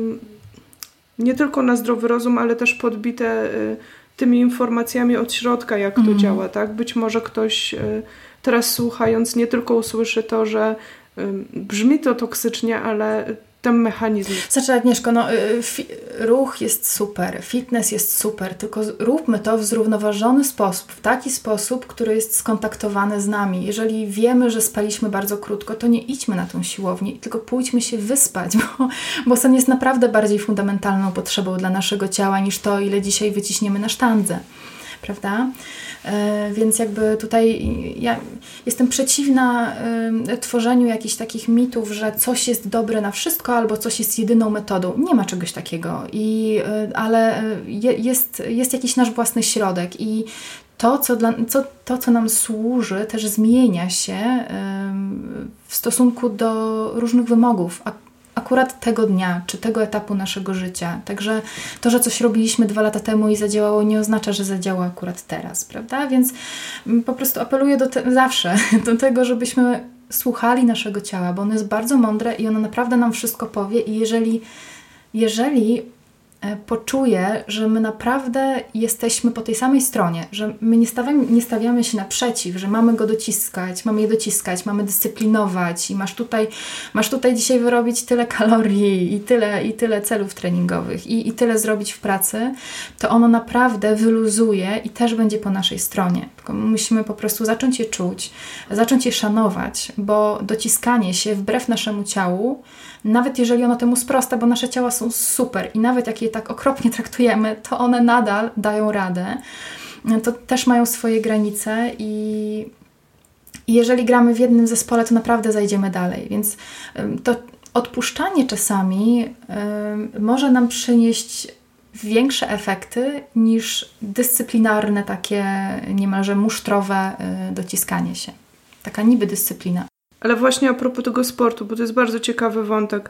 y, nie tylko na zdrowy rozum, ale też podbite y, tymi informacjami od środka, jak mm. to działa, tak? Być może ktoś y, teraz słuchając nie tylko usłyszy to, że y, brzmi to toksycznie, ale ten mechanizm. Znaczy Agnieszko, no, fi- ruch jest super, fitness jest super, tylko róbmy to w zrównoważony sposób, w taki sposób, który jest skontaktowany z nami. Jeżeli wiemy, że spaliśmy bardzo krótko, to nie idźmy na tą siłownię, tylko pójdźmy się wyspać, bo, bo sen jest naprawdę bardziej fundamentalną potrzebą dla naszego ciała niż to, ile dzisiaj wyciśniemy na sztandze. Prawda? Yy, więc jakby tutaj ja jestem przeciwna yy, tworzeniu jakichś takich mitów, że coś jest dobre na wszystko albo coś jest jedyną metodą. Nie ma czegoś takiego. I, yy, ale je, jest, jest jakiś nasz własny środek i to co, dla, co, to, co nam służy, też zmienia się yy, w stosunku do różnych wymogów. A akurat tego dnia, czy tego etapu naszego życia. Także to, że coś robiliśmy dwa lata temu i zadziałało, nie oznacza, że zadziała akurat teraz, prawda? Więc po prostu apeluję do te, zawsze do tego, żebyśmy słuchali naszego ciała, bo ono jest bardzo mądre i ono naprawdę nam wszystko powie i jeżeli, jeżeli poczuję, że my naprawdę jesteśmy po tej samej stronie, że my nie stawiamy, nie stawiamy się naprzeciw, że mamy go dociskać, mamy je dociskać, mamy dyscyplinować i masz tutaj, masz tutaj dzisiaj wyrobić tyle kalorii i tyle, i tyle celów treningowych i, i tyle zrobić w pracy, to ono naprawdę wyluzuje i też będzie po naszej stronie. Tylko musimy po prostu zacząć je czuć, zacząć je szanować, bo dociskanie się wbrew naszemu ciału, nawet jeżeli ono temu sprosta, bo nasze ciała są super i nawet jak je tak okropnie traktujemy, to one nadal dają radę. To też mają swoje granice i I jeżeli gramy w jednym zespole, to naprawdę zajdziemy dalej. Więc to odpuszczanie czasami może nam przynieść większe efekty niż dyscyplinarne, takie niemalże musztrowe dociskanie się. Taka niby dyscyplina. Ale właśnie a propos tego sportu, bo to jest bardzo ciekawy wątek.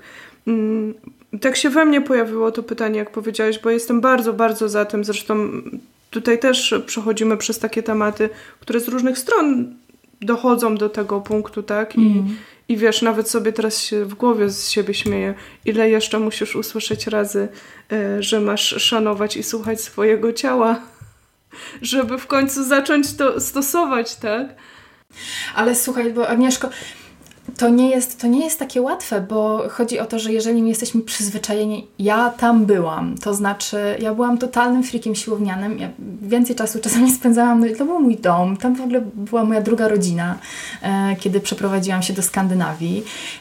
Tak się we mnie pojawiło to pytanie, jak powiedziałeś, bo jestem bardzo, bardzo za tym. Zresztą tutaj też przechodzimy przez takie tematy, które z różnych stron dochodzą do tego punktu, tak? I, mm. i wiesz, nawet sobie teraz się w głowie z siebie śmieję, ile jeszcze musisz usłyszeć razy, y, że masz szanować i słuchać swojego ciała, żeby w końcu zacząć to stosować, tak? Ale słuchaj, bo Agnieszko, to nie jest, to nie jest takie łatwe, bo chodzi o to, że jeżeli my jesteśmy przyzwyczajeni, ja tam byłam, to znaczy ja byłam totalnym freakiem siłownianym, ja więcej czasu czasami spędzałam, no, to był mój dom, tam w ogóle była moja druga rodzina, e, kiedy przeprowadziłam się do Skandynawii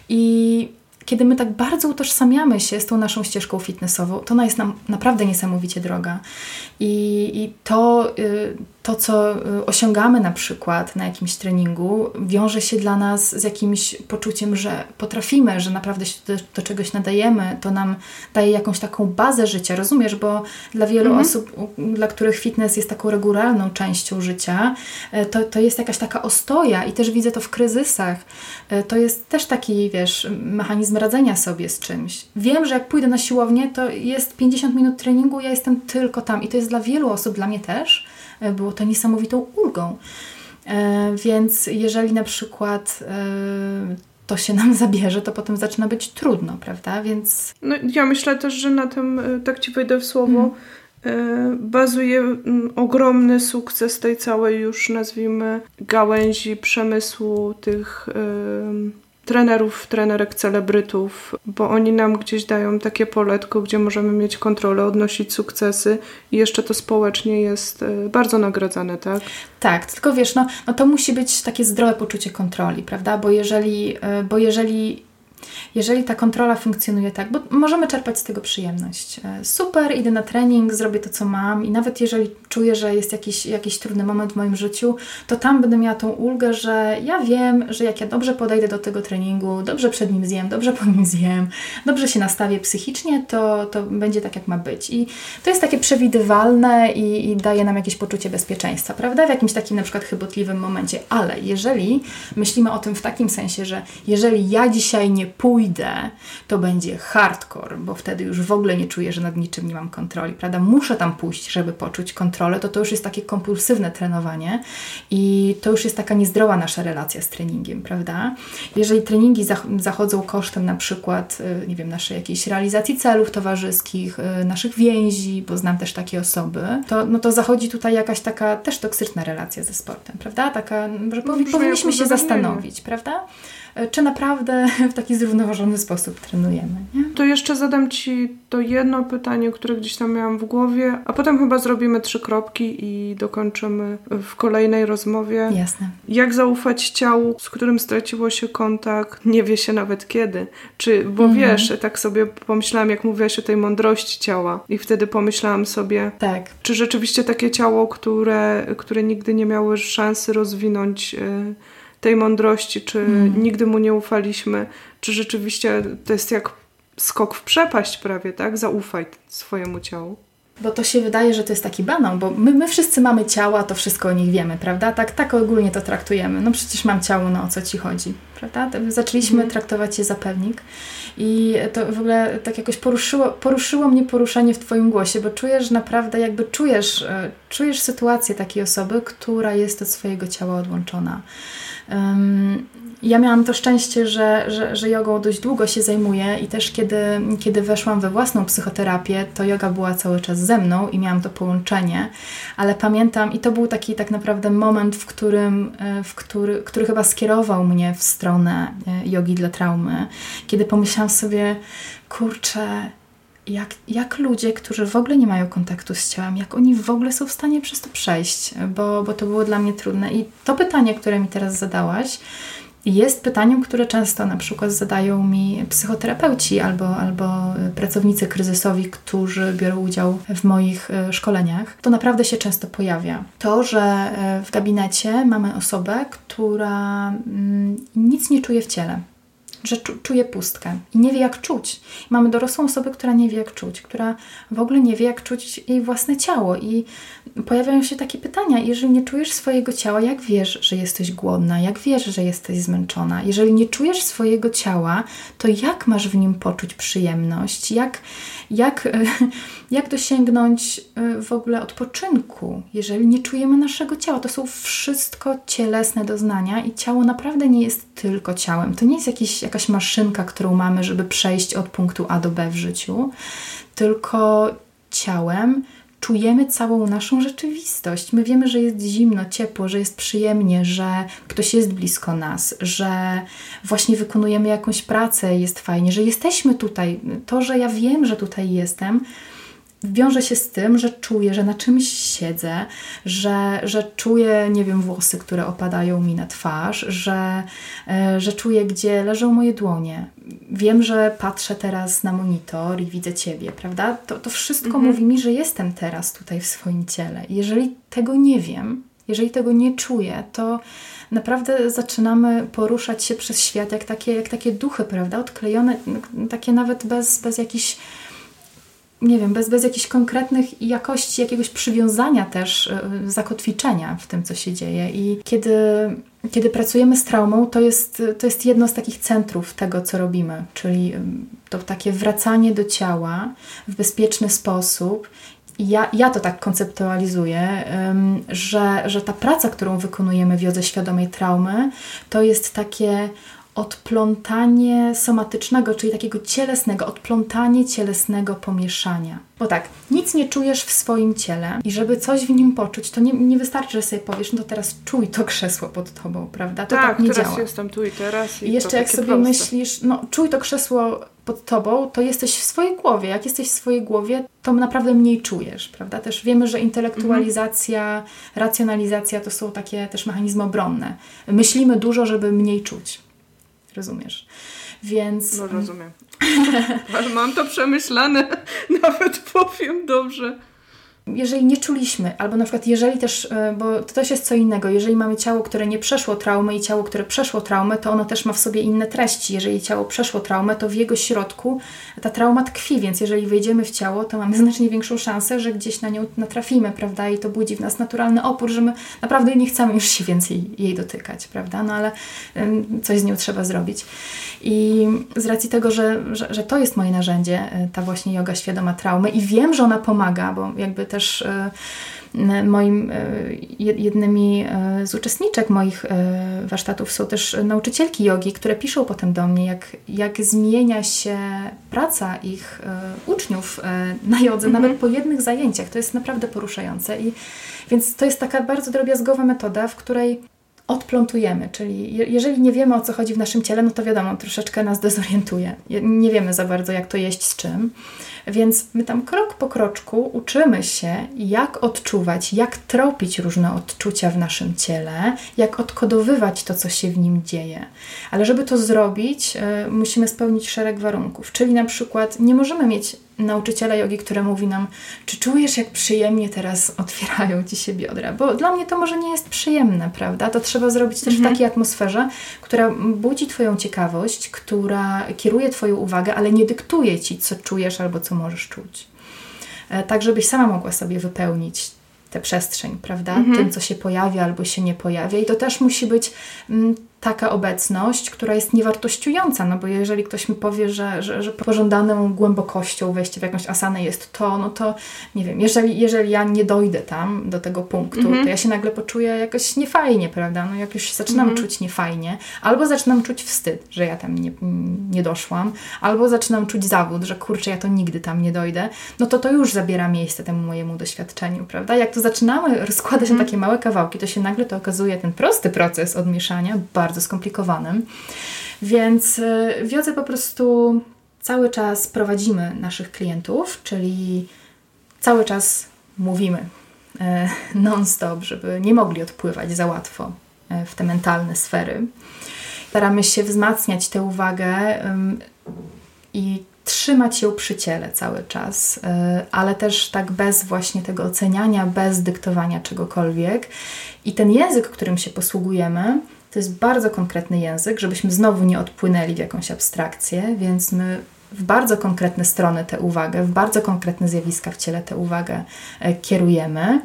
i kiedy my tak bardzo utożsamiamy się z tą naszą ścieżką fitnessową, to ona jest nam naprawdę niesamowicie droga. I, i to, y, to, co osiągamy na przykład na jakimś treningu, wiąże się dla nas z jakimś poczuciem, że potrafimy, że naprawdę się do, do czegoś nadajemy. To nam daje jakąś taką bazę życia, rozumiesz? Bo dla wielu mhm. osób, dla których fitness jest taką regularną częścią życia, to, to jest jakaś taka ostoja i też widzę to w kryzysach. To jest też taki, wiesz, mechanizm radzenia sobie z czymś. Wiem, że jak pójdę na siłownię, to jest pięćdziesiąt minut treningu, ja jestem tylko tam i to jest dla wielu osób, dla mnie też, było to niesamowitą ulgą. E, więc jeżeli na przykład e, to się nam zabierze, to potem zaczyna być trudno, prawda? Więc... No, ja myślę też, że na tym, tak Ci wejdę w słowo, hmm. e, bazuje m, ogromny sukces tej całej już, nazwijmy, gałęzi przemysłu tych e, trenerów, trenerek, celebrytów, bo oni nam gdzieś dają takie poletko, gdzie możemy mieć kontrolę, odnosić sukcesy i jeszcze to społecznie jest bardzo nagradzane, tak? Tak, tylko wiesz, no, no to musi być takie zdrowe poczucie kontroli, prawda? Bo jeżeli, bo jeżeli Jeżeli ta kontrola funkcjonuje tak, bo możemy czerpać z tego przyjemność. Super, idę na trening, zrobię to, co mam i nawet jeżeli czuję, że jest jakiś, jakiś trudny moment w moim życiu, to tam będę miała tą ulgę, że ja wiem, że jak ja dobrze podejdę do tego treningu, dobrze przed nim zjem, dobrze po nim zjem, dobrze się nastawię psychicznie, to, to będzie tak, jak ma być. I to jest takie przewidywalne i, i daje nam jakieś poczucie bezpieczeństwa, prawda? W jakimś takim na przykład chybotliwym momencie. Ale jeżeli myślimy o tym w takim sensie, że jeżeli ja dzisiaj nie pójdę, to będzie hardcore, bo wtedy już w ogóle nie czuję, że nad niczym nie mam kontroli, prawda? Muszę tam pójść, żeby poczuć kontrolę, to to już jest takie kompulsywne trenowanie i to już jest taka niezdrowa nasza relacja z treningiem, prawda? Jeżeli treningi zach- zachodzą kosztem na przykład, nie wiem, naszej jakiejś realizacji celów towarzyskich, naszych więzi, bo znam też takie osoby, to, no to zachodzi tutaj jakaś taka też toksyczna relacja ze sportem, prawda? Taka, że powi- no, powinniśmy się zastanowić, prawda? Czy naprawdę w taki zrównoważony sposób trenujemy, nie? To jeszcze zadam Ci to jedno pytanie, które gdzieś tam miałam w głowie, a potem chyba zrobimy trzy kropki i dokończymy w kolejnej rozmowie. Jasne. Jak zaufać ciału, z którym straciło się kontakt, nie wie się nawet kiedy. Czy, bo mhm. wiesz, tak sobie pomyślałam, jak mówiłaś o tej mądrości ciała i wtedy pomyślałam sobie, tak. czy rzeczywiście takie ciało, które, które nigdy nie miało szansy rozwinąć yy, tej mądrości, czy hmm. nigdy mu nie ufaliśmy, czy rzeczywiście to jest jak skok w przepaść prawie, tak? Zaufaj swojemu ciału. Bo to się wydaje, że to jest taki banał, bo my, my wszyscy mamy ciała, to wszystko o nich wiemy, prawda? Tak, tak ogólnie to traktujemy. No przecież mam ciało, no o co Ci chodzi, prawda? Zaczęliśmy hmm. traktować je za pewnik i to w ogóle tak jakoś poruszyło, poruszyło mnie poruszenie w Twoim głosie, bo czujesz naprawdę, jakby czujesz, czujesz sytuację takiej osoby, która jest od swojego ciała odłączona. Um, ja miałam to szczęście, że, że, że jogą dość długo się zajmuję i też kiedy, kiedy weszłam we własną psychoterapię, to joga była cały czas ze mną i miałam to połączenie, ale pamiętam i to był taki tak naprawdę moment, w którym, w który, który chyba skierował mnie w stronę jogi dla traumy, kiedy pomyślałam sobie, kurczę, Jak, jak ludzie, którzy w ogóle nie mają kontaktu z ciałem, jak oni w ogóle są w stanie przez to przejść, bo, bo to było dla mnie trudne. I to pytanie, które mi teraz zadałaś, jest pytaniem, które często na przykład zadają mi psychoterapeuci albo, albo pracownicy kryzysowi, którzy biorą udział w moich szkoleniach. To naprawdę się często pojawia. To, że w gabinecie mamy osobę, która nic nie czuje w ciele, że czu, czuje pustkę i nie wie, jak czuć. Mamy dorosłą osobę, która nie wie, jak czuć, która w ogóle nie wie, jak czuć jej własne ciało i pojawiają się takie pytania, jeżeli nie czujesz swojego ciała, jak wiesz, że jesteś głodna, jak wiesz, że jesteś zmęczona? Jeżeli nie czujesz swojego ciała, to jak masz w nim poczuć przyjemność? Jak, jak, jak dosięgnąć w ogóle odpoczynku, jeżeli nie czujemy naszego ciała? To są wszystko cielesne doznania i ciało naprawdę nie jest tylko ciałem. To nie jest jakiś, jakaś maszynka, którą mamy, żeby przejść od punktu A do B w życiu, tylko ciałem czujemy całą naszą rzeczywistość. My wiemy, że jest zimno, ciepło, że jest przyjemnie, że ktoś jest blisko nas, że właśnie wykonujemy jakąś pracę, jest fajnie, że jesteśmy tutaj. To, że ja wiem, że tutaj jestem, wiąże się z tym, że czuję, że na czymś siedzę, że, że czuję, nie wiem, włosy, które opadają mi na twarz, że, że czuję, gdzie leżą moje dłonie. Wiem, że patrzę teraz na monitor i widzę Ciebie, prawda? To, to wszystko mhm. mówi mi, że jestem teraz tutaj w swoim ciele. I jeżeli tego nie wiem, jeżeli tego nie czuję, to naprawdę zaczynamy poruszać się przez świat jak takie, jak takie duchy, prawda? Odklejone, takie nawet bez, bez jakichś nie wiem, bez, bez jakichś konkretnych jakości, jakiegoś przywiązania też, yy, zakotwiczenia w tym, co się dzieje. I kiedy, kiedy pracujemy z traumą, to jest, to jest jedno z takich centrów tego, co robimy, czyli yy, to takie wracanie do ciała w bezpieczny sposób. I ja, ja to tak konceptualizuję, yy, że, że ta praca, którą wykonujemy w jodze świadomej traumy, to jest takie odplątanie somatycznego, czyli takiego cielesnego, odplątanie cielesnego pomieszania. Bo tak, nic nie czujesz w swoim ciele i żeby coś w nim poczuć, to nie, nie wystarczy, że sobie powiesz, no to teraz czuj to krzesło pod tobą, prawda? To tak, tak nie teraz działa. jestem tu i teraz. I, I jeszcze jak sobie proste. myślisz, no czuj to krzesło pod tobą, to jesteś w swojej głowie. Jak jesteś w swojej głowie, to naprawdę mniej czujesz, prawda? Też wiemy, że intelektualizacja, mhm. racjonalizacja to są takie też mechanizmy obronne. Myślimy dużo, żeby mniej czuć. Rozumiesz? Więc... No rozumiem. Ale mam to przemyślane, nawet powiem dobrze. Jeżeli nie czuliśmy, albo na przykład jeżeli też, bo to też jest co innego, jeżeli mamy ciało, które nie przeszło traumy i ciało, które przeszło traumę, to ono też ma w sobie inne treści. Jeżeli ciało przeszło traumę, to w jego środku ta trauma tkwi, więc jeżeli wejdziemy w ciało, to mamy znacznie większą szansę, że gdzieś na nią natrafimy, prawda? I to budzi w nas naturalny opór, że my naprawdę nie chcemy już się więcej jej dotykać, prawda? No ale um, coś z nią trzeba zrobić. I z racji tego, że, że, że to jest moje narzędzie, ta właśnie joga świadoma traumy i wiem, że ona pomaga, bo jakby też moim jednymi z uczestniczek moich warsztatów są też nauczycielki jogi, które piszą potem do mnie, jak, jak zmienia się praca ich uczniów na jodze, mhm. nawet po jednych zajęciach. To jest naprawdę poruszające. I więc to jest taka bardzo drobiazgowa metoda, w której odplątujemy, czyli jeżeli nie wiemy, o co chodzi w naszym ciele, no to wiadomo, troszeczkę nas dezorientuje. Nie wiemy za bardzo, jak to jeść z czym. Więc my tam krok po kroczku uczymy się, jak odczuwać, jak tropić różne odczucia w naszym ciele, jak odkodowywać to, co się w nim dzieje. Ale żeby to zrobić, y, musimy spełnić szereg warunków. Czyli na przykład nie możemy mieć nauczyciela jogi, który mówi nam, czy czujesz, jak przyjemnie teraz otwierają Ci się biodra? Bo dla mnie to może nie jest przyjemne, prawda? To trzeba zrobić też mhm. w takiej atmosferze, która budzi Twoją ciekawość, która kieruje Twoją uwagę, ale nie dyktuje Ci, co czujesz albo co możesz czuć. Tak, żebyś sama mogła sobie wypełnić tę przestrzeń, prawda? Mhm. Tym, co się pojawia albo się nie pojawia. I to też musi być mm, taka obecność, która jest niewartościująca, no bo jeżeli ktoś mi powie, że, że, że pożądaną głębokością wejście w jakąś asanę jest to, no to nie wiem, jeżeli, jeżeli ja nie dojdę tam, do tego punktu, mhm. to ja się nagle poczuję jakoś niefajnie, prawda? No jak już zaczynam mhm. czuć niefajnie, albo zaczynam czuć wstyd, że ja tam nie, nie doszłam, albo zaczynam czuć zawód, że kurczę, ja to nigdy tam nie dojdę, no to to już zabiera miejsce temu mojemu doświadczeniu, prawda? Jak to zaczynamy rozkładać mhm. na takie małe kawałki, to się nagle to okazuje ten prosty proces odmieszania, bardzo skomplikowanym. Więc w jodze po prostu cały czas prowadzimy naszych klientów, czyli cały czas mówimy non-stop, żeby nie mogli odpływać za łatwo w te mentalne sfery. staramy się wzmacniać tę uwagę ym, i trzymać ją przy ciele cały czas, yy, ale też tak bez właśnie tego oceniania, bez dyktowania czegokolwiek. I ten język, którym się posługujemy, to jest bardzo konkretny język, żebyśmy znowu nie odpłynęli w jakąś abstrakcję, więc my w bardzo konkretne strony tę uwagę, w bardzo konkretne zjawiska w ciele tę uwagę e, kierujemy.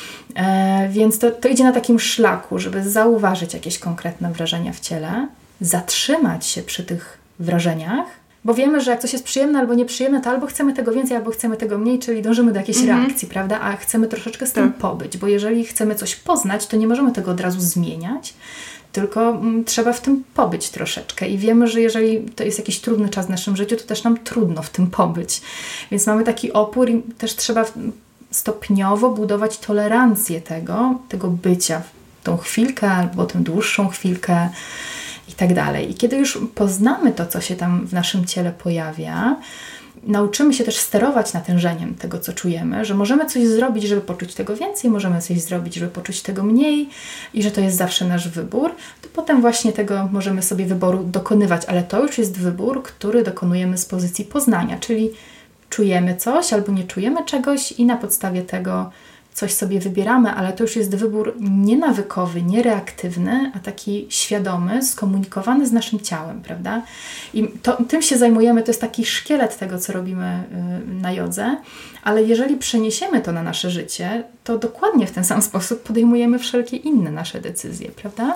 E, więc to, to idzie na takim szlaku, żeby zauważyć jakieś konkretne wrażenia w ciele, zatrzymać się przy tych wrażeniach, bo wiemy, że jak coś jest przyjemne albo nieprzyjemne, to albo chcemy tego więcej, albo chcemy tego mniej, czyli dążymy do jakiejś mhm. reakcji, prawda? A chcemy troszeczkę z tym tak. pobyć, bo jeżeli chcemy coś poznać, to nie możemy tego od razu zmieniać, tylko m, trzeba w tym pobyć troszeczkę. I wiemy, że jeżeli to jest jakiś trudny czas w naszym życiu, to też nam trudno w tym pobyć. Więc mamy taki opór i też trzeba stopniowo budować tolerancję tego, tego bycia w tą chwilkę albo tę dłuższą chwilkę i tak dalej. I kiedy już poznamy to, co się tam w naszym ciele pojawia, nauczymy się też sterować natężeniem tego, co czujemy, że możemy coś zrobić, żeby poczuć tego więcej, możemy coś zrobić, żeby poczuć tego mniej i że to jest zawsze nasz wybór, to potem właśnie tego możemy sobie wyboru dokonywać, ale to już jest wybór, który dokonujemy z pozycji poznania, czyli czujemy coś albo nie czujemy czegoś i na podstawie tego coś sobie wybieramy, ale to już jest wybór nie nawykowy, nie reaktywny, a taki świadomy, skomunikowany z naszym ciałem, prawda? I to, tym się zajmujemy, to jest taki szkielet tego, co robimy yy, na jodze, ale jeżeli przeniesiemy to na nasze życie, to dokładnie w ten sam sposób podejmujemy wszelkie inne nasze decyzje, prawda?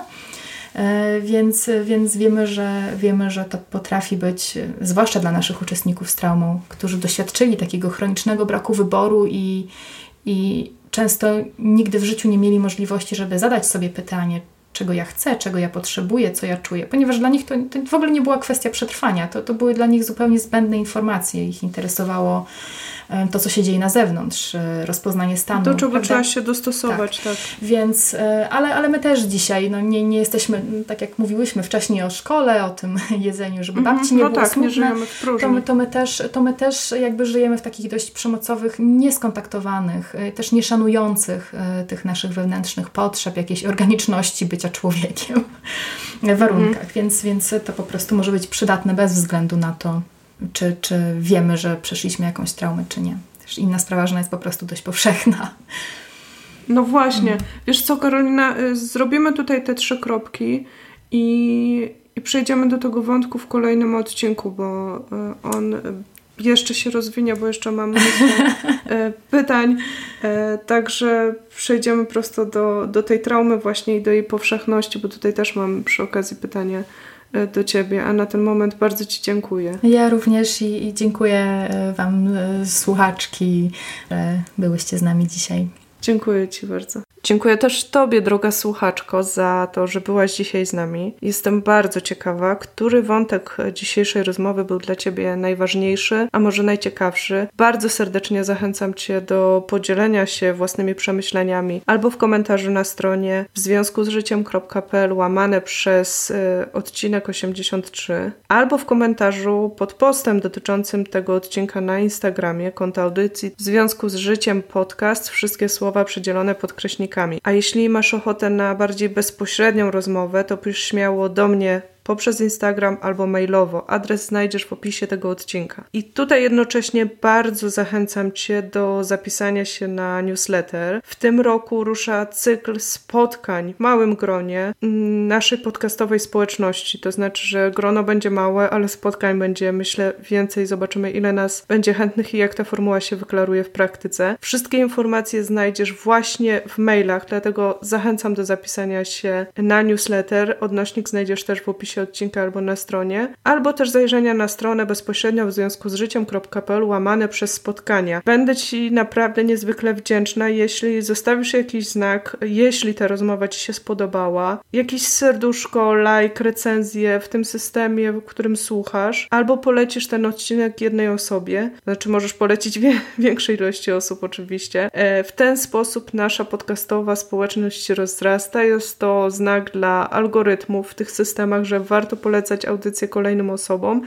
Yy, więc, więc wiemy, że, wiemy, że to potrafi być, zwłaszcza dla naszych uczestników z traumą, którzy doświadczyli takiego chronicznego braku wyboru i, i często nigdy w życiu nie mieli możliwości, żeby zadać sobie pytanie, czego ja chcę, czego ja potrzebuję, co ja czuję, ponieważ dla nich to, to w ogóle nie była kwestia przetrwania, to, to były dla nich zupełnie zbędne informacje, ich interesowało to, co się dzieje na zewnątrz, rozpoznanie stanu. Do czego trzeba się dostosować, tak. tak. Więc, ale, ale my też dzisiaj no, nie, nie jesteśmy, tak jak mówiłyśmy wcześniej o szkole, o tym jedzeniu, żeby babci nie no było tak, smutne, nie żyjemy w próżni. to my, to, my też, to my też jakby żyjemy w takich dość przemocowych, nieskontaktowanych, też nieszanujących tych naszych wewnętrznych potrzeb, jakiejś organiczności bycia człowiekiem warunkach. Mhm. Więc, więc to po prostu może być przydatne bez względu na to, Czy, czy wiemy, że przeszliśmy jakąś traumę, czy nie. Też inna sprawa, że ona jest po prostu dość powszechna. No właśnie. Mm. Wiesz co, Karolina, zrobimy tutaj te trzy kropki i, i przejdziemy do tego wątku w kolejnym odcinku, bo on jeszcze się rozwinie, bo jeszcze mam mnóstwo pytań. Także przejdziemy prosto do, do tej traumy właśnie i do jej powszechności, bo tutaj też mam przy okazji pytanie do Ciebie, a na ten moment bardzo Ci dziękuję. Ja również i, i dziękuję Wam, słuchaczki, że byłyście z nami dzisiaj. Dziękuję Ci bardzo. Dziękuję też Tobie, droga słuchaczko, za to, że byłaś dzisiaj z nami. Jestem bardzo ciekawa, który wątek dzisiejszej rozmowy był dla Ciebie najważniejszy, a może najciekawszy. Bardzo serdecznie zachęcam Cię do podzielenia się własnymi przemyśleniami albo w komentarzu na stronie w związku z życiem kropka p l łamane przez y, odcinek osiemdziesiąt trzy, albo w komentarzu pod postem dotyczącym tego odcinka na Instagramie konta audycji w związku z życiem podcast, wszystkie słowa przydzielone podkreśnikami. A jeśli masz ochotę na bardziej bezpośrednią rozmowę, to pisz śmiało do mnie poprzez Instagram albo mailowo. Adres znajdziesz w opisie tego odcinka. I tutaj jednocześnie bardzo zachęcam Cię do zapisania się na newsletter. W tym roku rusza cykl spotkań w małym gronie naszej podcastowej społeczności. To znaczy, że grono będzie małe, ale spotkań będzie, myślę, więcej. Zobaczymy, ile nas będzie chętnych i jak ta formuła się wyklaruje w praktyce. Wszystkie informacje znajdziesz właśnie w mailach, dlatego zachęcam do zapisania się na newsletter. Odnośnik znajdziesz też w opisie odcinka albo na stronie, albo też zajrzenia na stronę bezpośrednio w związku z życiem kropka p l łamane przez spotkania. Będę Ci naprawdę niezwykle wdzięczna, jeśli zostawisz jakiś znak, jeśli ta rozmowa Ci się spodobała, jakieś serduszko, like, recenzję w tym systemie, w którym słuchasz, albo polecisz ten odcinek jednej osobie, znaczy możesz polecić wie- większej ilości osób oczywiście. E, w ten sposób nasza podcastowa społeczność się rozrasta. Jest to znak dla algorytmów w tych systemach, że warto polecać audycję kolejnym osobom,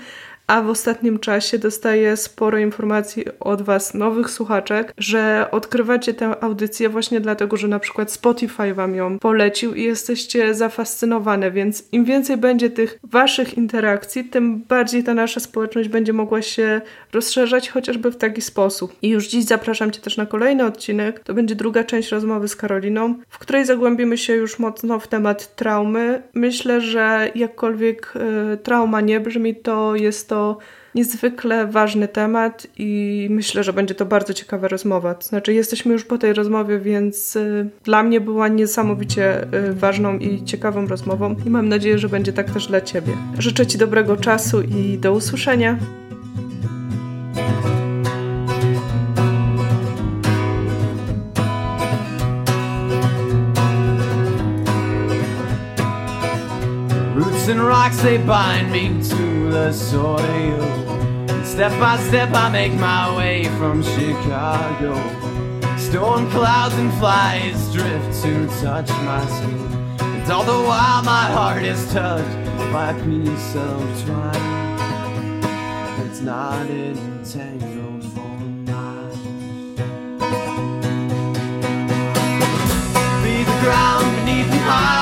a w ostatnim czasie dostaję sporo informacji od Was, nowych słuchaczek, że odkrywacie tę audycję właśnie dlatego, że na przykład Spotify Wam ją polecił i jesteście zafascynowane, więc im więcej będzie tych Waszych interakcji, tym bardziej ta nasza społeczność będzie mogła się rozszerzać chociażby w taki sposób. I już dziś zapraszam Cię też na kolejny odcinek. To będzie druga część rozmowy z Karoliną, w której zagłębimy się już mocno w temat traumy. Myślę, że jakkolwiek y, trauma nie brzmi, to jest to niezwykle ważny temat i myślę, że będzie to bardzo ciekawa rozmowa. To znaczy, jesteśmy już po tej rozmowie, więc y, dla mnie była niesamowicie y, ważną i ciekawą rozmową i mam nadzieję, że będzie tak też dla Ciebie. Życzę Ci dobrego czasu i do usłyszenia. Roots and rocks, they bind me to the soil. Step by step I make my way from Chicago. Storm clouds and flies drift to touch my skin. And all the while my heart is touched by a piece of twine. It's not entangled for miles. Be the ground beneath my